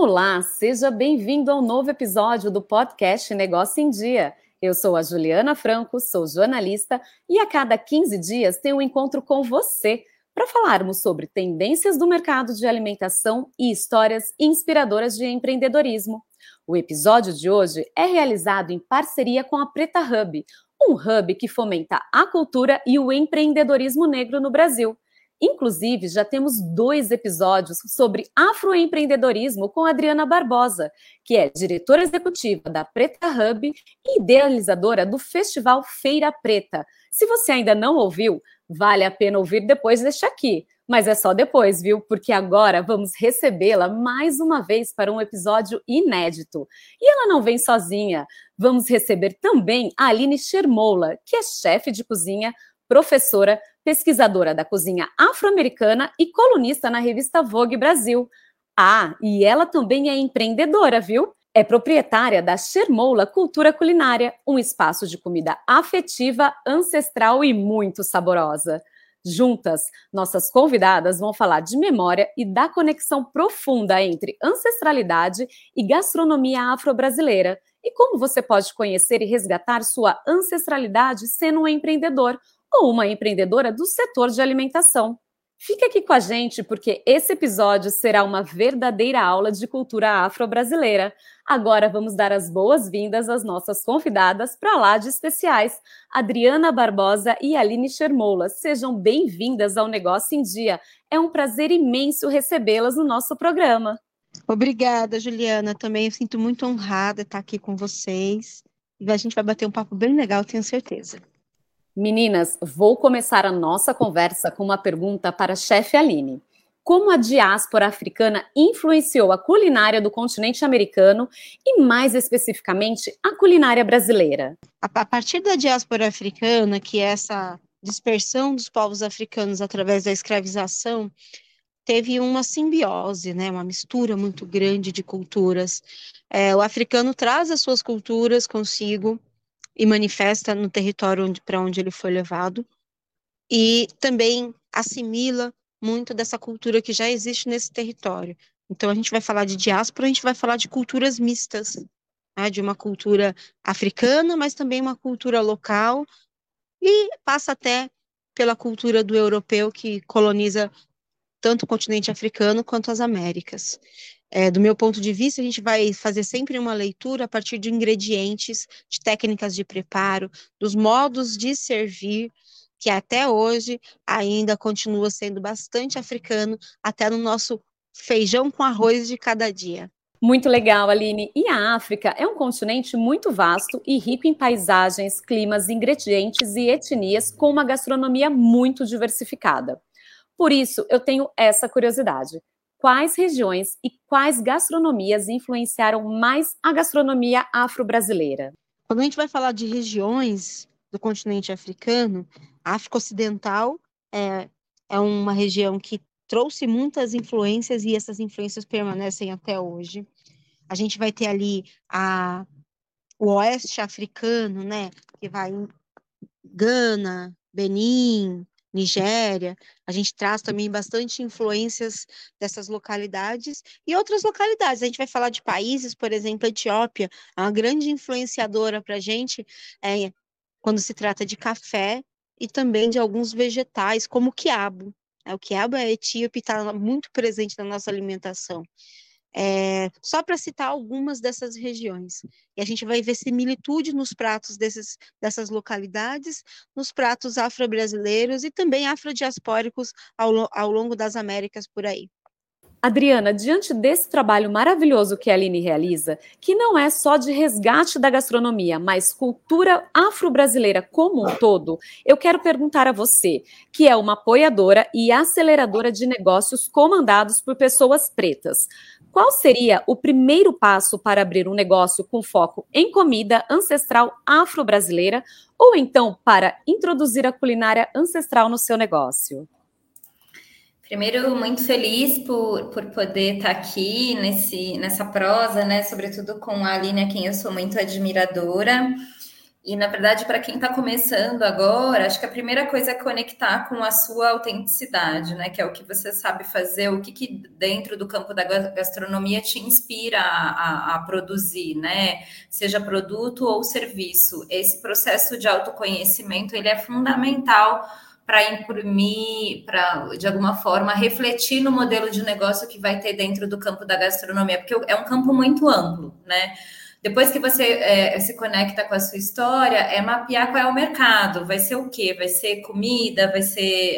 Olá, seja bem-vindo ao novo episódio do podcast Negócio em Dia. Eu sou a Juliana Franco, sou jornalista e a cada 15 dias tenho um encontro com você para falarmos sobre tendências do mercado de alimentação e histórias inspiradoras de empreendedorismo. O episódio de hoje é realizado em parceria com a Preta Hub, um hub que fomenta a cultura e o empreendedorismo negro no Brasil. Inclusive, já temos 2 episódios sobre afroempreendedorismo com a Adriana Barbosa, que é diretora executiva da Preta Hub e idealizadora do Festival Feira Preta. Se você ainda não ouviu, vale a pena ouvir depois deste aqui. Mas é só depois, viu? Porque agora vamos recebê-la mais uma vez para um episódio inédito. E ela não vem sozinha. Vamos receber também a Aline Chermoula, que é chefe de cozinha, professora, pesquisadora da cozinha afro-americana e colunista na revista Vogue Brasil. Ah, e ela também é empreendedora, viu? É proprietária da Chermoula Cultura Culinária, um espaço de comida afetiva, ancestral e muito saborosa. Juntas, nossas convidadas vão falar de memória e da conexão profunda entre ancestralidade e gastronomia afro-brasileira e como você pode conhecer e resgatar sua ancestralidade sendo um empreendedor ou uma empreendedora do setor de alimentação. Fique aqui com a gente porque esse episódio será uma verdadeira aula de cultura afro-brasileira. Agora vamos dar as boas-vindas às nossas convidadas para lá de especiais, Adriana Barbosa e Aline Chermoula. Sejam bem-vindas ao Negócio em Dia. É um prazer imenso recebê-las no nosso programa. Obrigada, Juliana. Também eu sinto muito honrada estar aqui com vocês. E a gente vai bater um papo bem legal, tenho certeza. Meninas, vou começar a nossa conversa com uma pergunta para a chefe Aline. Como a diáspora africana influenciou a culinária do continente americano e, mais especificamente, a culinária brasileira? A partir da diáspora africana, que é essa dispersão dos povos africanos através da escravização, teve uma simbiose, né, uma mistura muito grande de culturas. O africano traz as suas culturas consigo e manifesta no território para onde ele foi levado, e também assimila muito dessa cultura que já existe nesse território. Então, a gente vai falar de diáspora, a gente vai falar de culturas mistas, né, de uma cultura africana, mas também uma cultura local, e passa até pela cultura do europeu que coloniza tanto o continente africano quanto as Américas. Do meu ponto de vista, a gente vai fazer sempre uma leitura a partir de ingredientes, de técnicas de preparo, dos modos de servir, que até hoje ainda continua sendo bastante africano, até no nosso feijão com arroz de cada dia. Muito legal, Aline. E a África é um continente muito vasto e rico em paisagens, climas, ingredientes e etnias, com uma gastronomia muito diversificada. Por isso, eu tenho essa curiosidade. Quais regiões e quais gastronomias influenciaram mais a gastronomia afro-brasileira? Quando a gente vai falar de regiões do continente africano, a África Ocidental é uma região que trouxe muitas influências e essas influências permanecem até hoje. A gente vai ter ali o oeste africano, né, que vai em Gana, Benin, Nigéria. A gente traz também bastante influências dessas localidades e outras localidades. A gente vai falar de países, por exemplo, a Etiópia é uma grande influenciadora para a gente quando se trata de café e também de alguns vegetais, como o quiabo. O quiabo é etíope e está muito presente na nossa alimentação. Só para citar algumas dessas regiões. E a gente vai ver similitude nos pratos dessas localidades, nos pratos afro-brasileiros e também afrodiaspóricos ao longo das Américas por aí. Adriana, diante desse trabalho maravilhoso que a Aline realiza, que não é só de resgate da gastronomia, mas cultura afro-brasileira como um todo, eu quero perguntar a você, que é uma apoiadora e aceleradora de negócios comandados por pessoas pretas. Qual seria o primeiro passo para abrir um negócio com foco em comida ancestral afro-brasileira ou então para introduzir a culinária ancestral no seu negócio? Primeiro, muito feliz por poder estar aqui nessa prosa, né? Sobretudo com a Aline, a quem eu sou muito admiradora. E, na verdade, para quem está começando agora, acho que a primeira coisa é conectar com a sua autenticidade, né? Que é o que você sabe fazer, o que dentro do campo da gastronomia te inspira a produzir, né? Seja produto ou serviço. Esse processo de autoconhecimento, ele é fundamental para imprimir, para, de alguma forma, refletir no modelo de negócio que vai ter dentro do campo da gastronomia, porque é um campo muito amplo, né? Depois que você se conecta com a sua história, é mapear qual é o mercado. Vai ser o quê? Vai ser comida? Vai ser,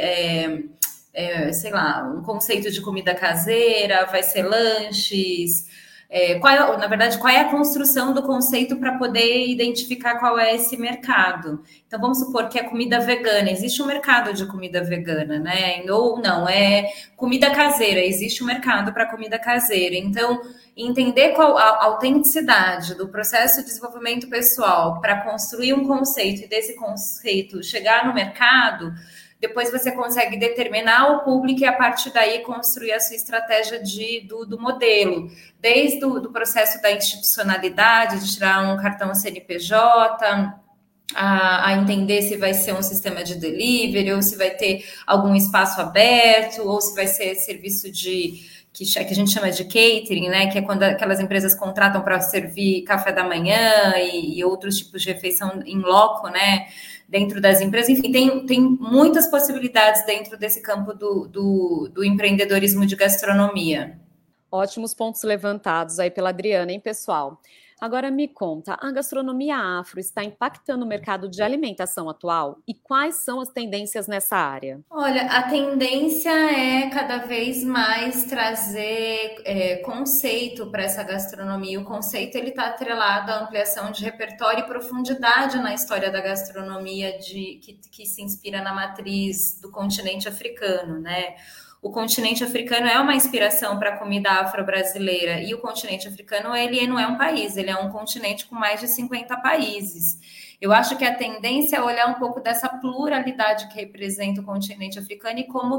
sei lá, um conceito de comida caseira? Vai ser lanches? Na verdade, qual é a construção do conceito para poder identificar qual é esse mercado? Então, vamos supor que é comida vegana. Existe um mercado de comida vegana, né? Ou não, é comida caseira. Existe um mercado para comida caseira. Então, entender qual a autenticidade do processo de desenvolvimento pessoal para construir um conceito e desse conceito chegar no mercado, depois você consegue determinar o público e a partir daí construir a sua estratégia do modelo, desde o processo da institucionalidade, de tirar um cartão CNPJ, a entender se vai ser um sistema de delivery, ou se vai ter algum espaço aberto, ou se vai ser serviço que a gente chama de catering, né? Que é quando aquelas empresas contratam para servir café da manhã e outros tipos de refeição em loco, né? Dentro das empresas. Enfim, tem muitas possibilidades dentro desse campo do empreendedorismo de gastronomia. Ótimos pontos levantados aí pela Adriana, hein, pessoal? Agora me conta, a gastronomia afro está impactando o mercado de alimentação atual? E quais são as tendências nessa área? Olha, a tendência é cada vez mais trazer conceito para essa gastronomia. O conceito ele está atrelado à ampliação de repertório e profundidade na história da gastronomia que se inspira na matriz do continente africano, né? O continente africano é uma inspiração para a comida afro-brasileira e o continente africano ele não é um país, ele é um continente com mais de 50 países. Eu acho que a tendência é olhar um pouco dessa pluralidade que representa o continente africano e como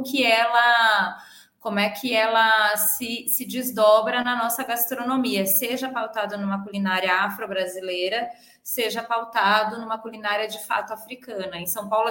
é que ela se desdobra na nossa gastronomia, seja pautado numa culinária afro-brasileira, seja pautado numa culinária de fato africana. Em São Paulo,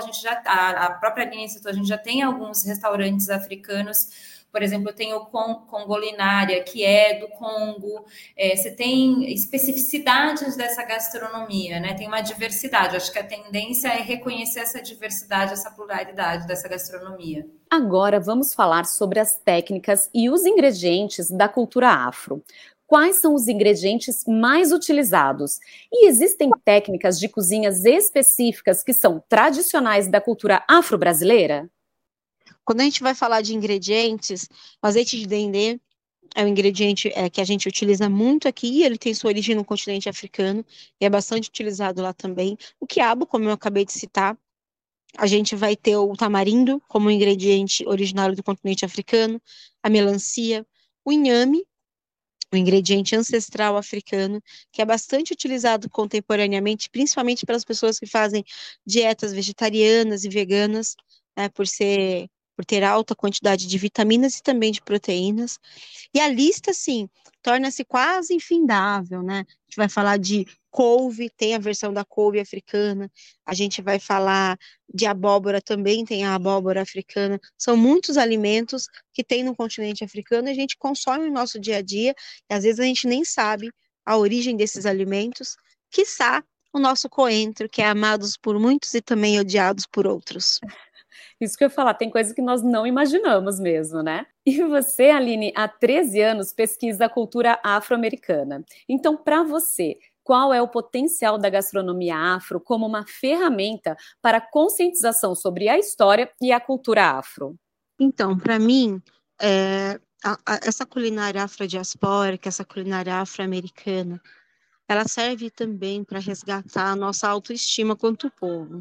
a própria Aline citou, a gente já tem alguns restaurantes africanos. Por exemplo, eu tenho Congolinária, que é do Congo. Você tem especificidades dessa gastronomia, né? Tem uma diversidade. Acho que a tendência é reconhecer essa diversidade, essa pluralidade dessa gastronomia. Agora vamos falar sobre as técnicas e os ingredientes da cultura afro. Quais são os ingredientes mais utilizados? E existem técnicas de cozinhas específicas que são tradicionais da cultura afro-brasileira? Quando a gente vai falar de ingredientes, o azeite de dendê é um ingrediente que a gente utiliza muito aqui, ele tem sua origem no continente africano e é bastante utilizado lá também. O quiabo, como eu acabei de citar, a gente vai ter o tamarindo como ingrediente originário do continente africano, a melancia, o inhame, o ingrediente ancestral africano, que é bastante utilizado contemporaneamente, principalmente pelas pessoas que fazem dietas vegetarianas e veganas, né, por ter alta quantidade de vitaminas e também de proteínas. E a lista, assim, torna-se quase infindável, né? A gente vai falar de couve, tem a versão da couve africana, a gente vai falar de abóbora, também tem a abóbora africana. São muitos alimentos que tem no continente africano e a gente consome no nosso dia a dia, e às vezes a gente nem sabe a origem desses alimentos, quiçá o nosso coentro, que é amado por muitos e também odiados por outros. Isso que eu ia falar, tem coisas que nós não imaginamos mesmo, né? E você, Aline, há 13 anos pesquisa a cultura afro-americana. Então, para você, qual é o potencial da gastronomia afro como uma ferramenta para a conscientização sobre a história e a cultura afro? Então, para mim, essa culinária afrodiaspórica, essa culinária afro-americana, ela serve também para resgatar a nossa autoestima quanto povo.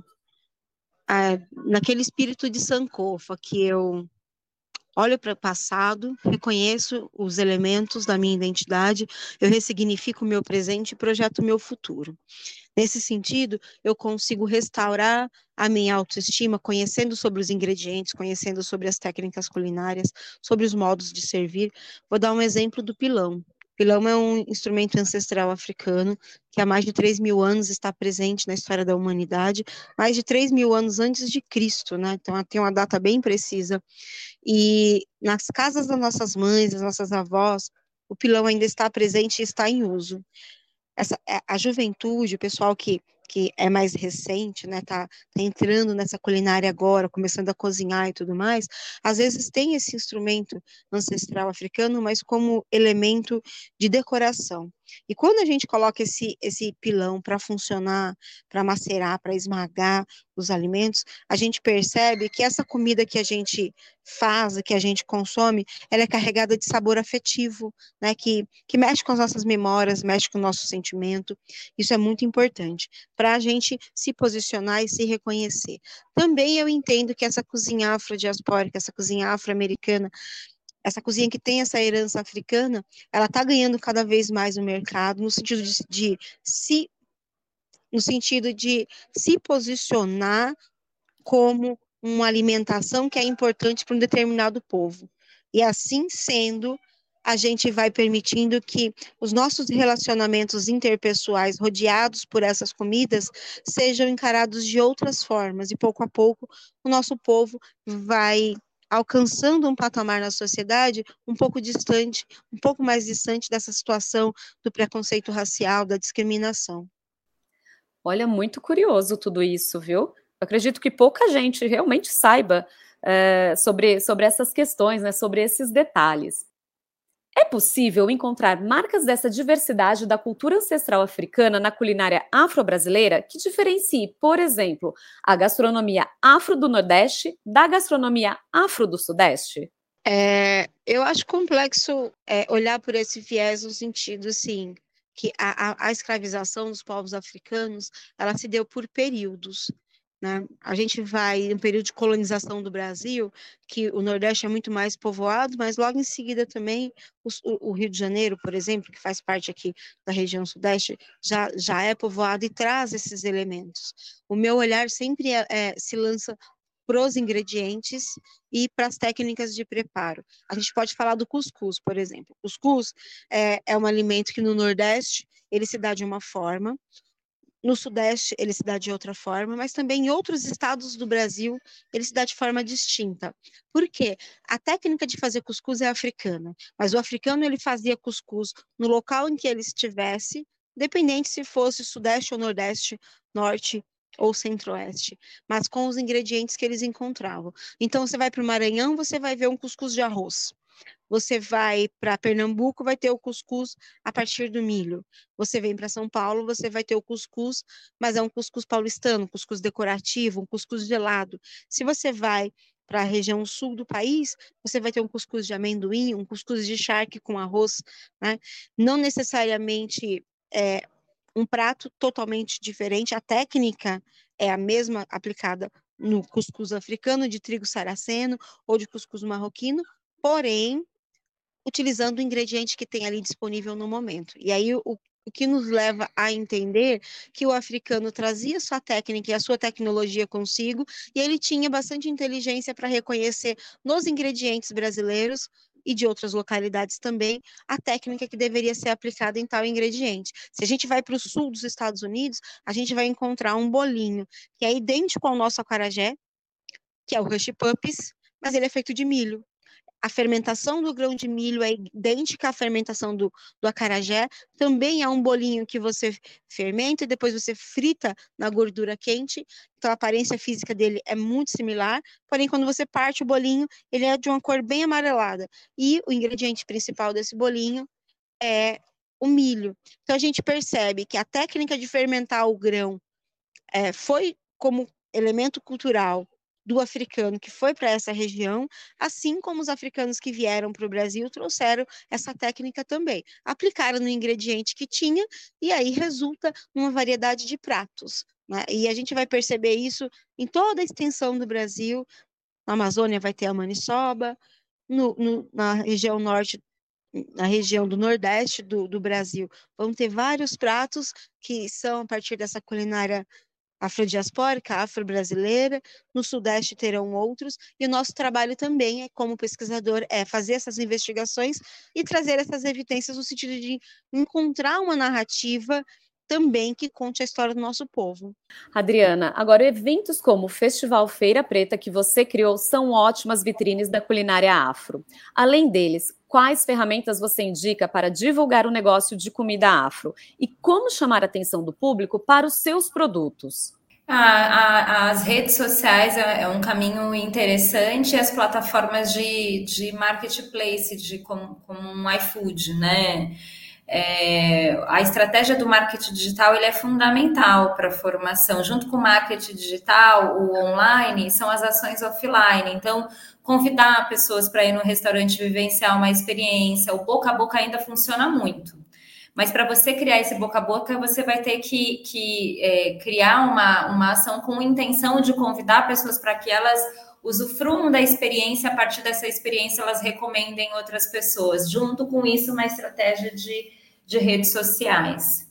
Naquele espírito de Sankofa, que eu olho para o passado, reconheço os elementos da minha identidade, eu ressignifico o meu presente e projeto o meu futuro. Nesse sentido, eu consigo restaurar a minha autoestima conhecendo sobre os ingredientes, conhecendo sobre as técnicas culinárias, sobre os modos de servir. Vou dar um exemplo do pilão. Pilão é um instrumento ancestral africano que há mais de 3.000 anos está presente na história da humanidade, mais de 3.000 anos antes de Cristo, né? Então tem uma data bem precisa. E nas casas das nossas mães, das nossas avós, o pilão ainda está presente e está em uso. A juventude, o pessoal que é mais recente, né, tá entrando nessa culinária agora, começando a cozinhar e tudo mais, às vezes tem esse instrumento ancestral africano, mas como elemento de decoração. E quando a gente coloca esse pilão para funcionar, para macerar, para esmagar os alimentos, a gente percebe que essa comida que a gente faz, que a gente consome, ela é carregada de sabor afetivo, né, que mexe com as nossas memórias, mexe com o nosso sentimento. Isso é muito importante para a gente se posicionar e se reconhecer. Também eu entendo que essa cozinha afrodiaspórica, essa cozinha afro-americana, essa cozinha que tem essa herança africana, ela está ganhando cada vez mais no mercado, no sentido de se posicionar como uma alimentação que é importante para um determinado povo. E assim sendo, a gente vai permitindo que os nossos relacionamentos interpessoais, rodeados por essas comidas, sejam encarados de outras formas. E pouco a pouco, o nosso povo vai alcançando um patamar na sociedade um pouco distante, um pouco mais distante dessa situação do preconceito racial, da discriminação. Olha, muito curioso tudo isso, viu? Eu acredito que pouca gente realmente saiba sobre essas questões, né, sobre esses detalhes. É possível encontrar marcas dessa diversidade da cultura ancestral africana na culinária afro-brasileira que diferencie, por exemplo, a gastronomia afro do Nordeste da gastronomia afro do Sudeste? Eu acho complexo olhar por esse viés no sentido, assim, que a escravização dos povos africanos, ela se deu por períodos, né? A gente vai em um período de colonização do Brasil, que o Nordeste é muito mais povoado, mas logo em seguida também o Rio de Janeiro, por exemplo, que faz parte aqui da região Sudeste, já é povoado e traz esses elementos. O meu olhar sempre se lança para os ingredientes e para as técnicas de preparo. A gente pode falar do cuscuz, por exemplo. O cuscuz é um alimento que no Nordeste ele se dá de uma forma, no Sudeste ele se dá de outra forma, mas também em outros estados do Brasil ele se dá de forma distinta. Por quê? A técnica de fazer cuscuz é africana, mas o africano ele fazia cuscuz no local em que ele estivesse, dependente se fosse Sudeste ou Nordeste, Norte ou Centro-Oeste, mas com os ingredientes que eles encontravam. Então, você vai para o Maranhão, você vai ver um cuscuz de arroz. Você vai para Pernambuco, vai ter o cuscuz a partir do milho. Você vem para São Paulo, você vai ter o cuscuz, mas é um cuscuz paulistano, um cuscuz decorativo, um cuscuz gelado. Se você vai para a região sul do país, você vai ter um cuscuz de amendoim, um cuscuz de charque com arroz, né? Não necessariamente um prato totalmente diferente, a técnica é a mesma aplicada no cuscuz africano de trigo saraceno ou de cuscuz marroquino, porém utilizando o ingrediente que tem ali disponível no momento. E aí o que nos leva a entender que o africano trazia sua técnica e a sua tecnologia consigo, e ele tinha bastante inteligência para reconhecer nos ingredientes brasileiros e de outras localidades também, a técnica que deveria ser aplicada em tal ingrediente. Se a gente vai para o sul dos Estados Unidos, a gente vai encontrar um bolinho que é idêntico ao nosso acarajé, que é o Hush Puppies, mas ele é feito de milho. A fermentação do grão de milho é idêntica à fermentação do acarajé. Também é um bolinho que você fermenta e depois você frita na gordura quente. Então, a aparência física dele é muito similar. Porém, quando você parte o bolinho, ele é de uma cor bem amarelada. E o ingrediente principal desse bolinho é o milho. Então, a gente percebe que a técnica de fermentar o grão foi como elemento cultural do africano que foi para essa região, assim como os africanos que vieram para o Brasil trouxeram essa técnica também. Aplicaram no ingrediente que tinha e aí resulta numa variedade de pratos, né? E a gente vai perceber isso em toda a extensão do Brasil. Na Amazônia vai ter a maniçoba, na região norte, na região do Nordeste do Brasil, vão ter vários pratos que são a partir dessa culinária afrodiaspórica, afro-brasileira, no Sudeste terão outros, e o nosso trabalho também, como pesquisador, é fazer essas investigações e trazer essas evidências no sentido de encontrar uma narrativa também que conte a história do nosso povo. Adriana, agora eventos como o Festival Feira Preta que você criou são ótimas vitrines da culinária afro. Além deles, quais ferramentas você indica para divulgar o negócio de comida afro? E como chamar a atenção do público para os seus produtos? As redes sociais é um caminho interessante, as plataformas de marketplace, como um iFood, né? A estratégia do marketing digital ele é fundamental para a formação. Junto com o marketing digital, o online, são as ações offline. Então, convidar pessoas para ir no restaurante vivenciar uma experiência. O boca a boca ainda funciona muito. Mas para você criar esse boca a boca, você vai ter que criar uma ação com intenção de convidar pessoas para que elas usufruam da experiência, a partir dessa experiência elas recomendem outras pessoas. Junto com isso, uma estratégia de redes sociais.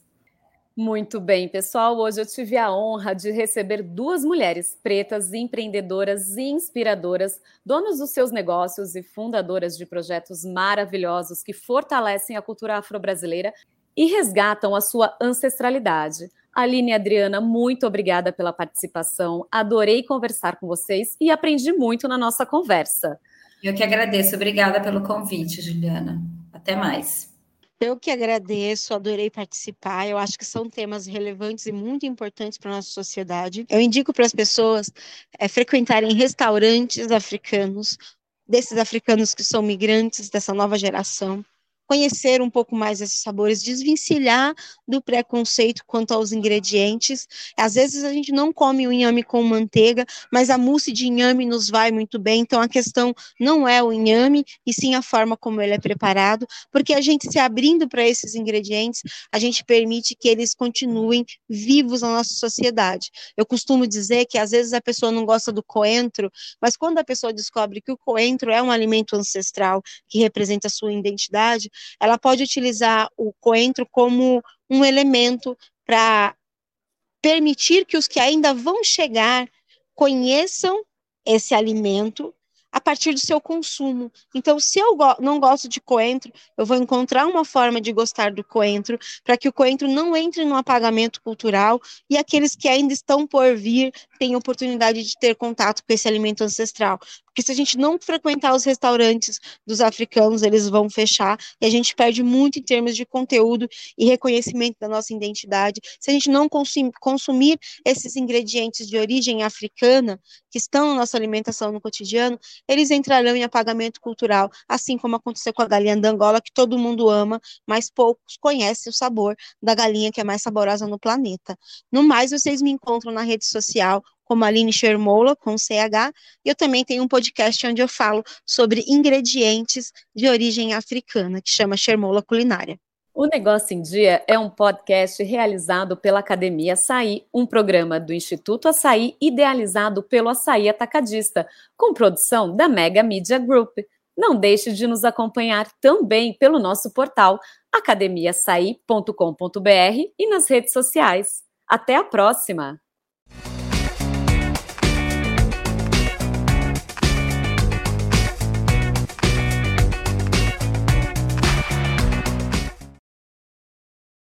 Muito bem, pessoal. Hoje eu tive a honra de receber duas mulheres pretas, empreendedoras e inspiradoras, donas dos seus negócios e fundadoras de projetos maravilhosos que fortalecem a cultura afro-brasileira e resgatam a sua ancestralidade. Aline e Adriana, muito obrigada pela participação. Adorei conversar com vocês e aprendi muito na nossa conversa. Eu que agradeço. Obrigada pelo convite, Juliana. Até mais. Eu que agradeço, adorei participar. Eu acho que são temas relevantes e muito importantes para a nossa sociedade. Eu indico para as pessoas frequentarem restaurantes africanos, desses africanos que são migrantes, dessa nova geração. Conhecer um pouco mais esses sabores, desvencilhar do preconceito quanto aos ingredientes. Às vezes a gente não come o inhame com manteiga, mas a mousse de inhame nos vai muito bem. Então a questão não é o inhame, e sim a forma como ele é preparado, porque a gente se abrindo para esses ingredientes, a gente permite que eles continuem vivos na nossa sociedade. Eu costumo dizer que às vezes a pessoa não gosta do coentro, mas quando a pessoa descobre que o coentro é um alimento ancestral que representa a sua identidade, ela pode utilizar o coentro como um elemento para permitir que os que ainda vão chegar conheçam esse alimento a partir do seu consumo. Então, se eu não gosto de coentro, eu vou encontrar uma forma de gostar do coentro, para que o coentro não entre no apagamento cultural e aqueles que ainda estão por vir tenham oportunidade de ter contato com esse alimento ancestral. Porque se a gente não frequentar os restaurantes dos africanos, eles vão fechar e a gente perde muito em termos de conteúdo e reconhecimento da nossa identidade. Se a gente não consumir esses ingredientes de origem africana, que estão na nossa alimentação no cotidiano, eles entrarão em apagamento cultural, assim como aconteceu com a galinha da Angola, que todo mundo ama, mas poucos conhecem o sabor da galinha que é mais saborosa no planeta. No mais, vocês me encontram na rede social como Aline Chermola, com CH, e eu também tenho um podcast onde eu falo sobre ingredientes de origem africana, que chama Chermola Culinária. O Negócio em Dia é um podcast realizado pela Academia Açaí, um programa do Instituto Açaí idealizado pelo Açaí Atacadista, com produção da Mega Media Group. Não deixe de nos acompanhar também pelo nosso portal academiaaçaí.com.br e nas redes sociais. Até a próxima!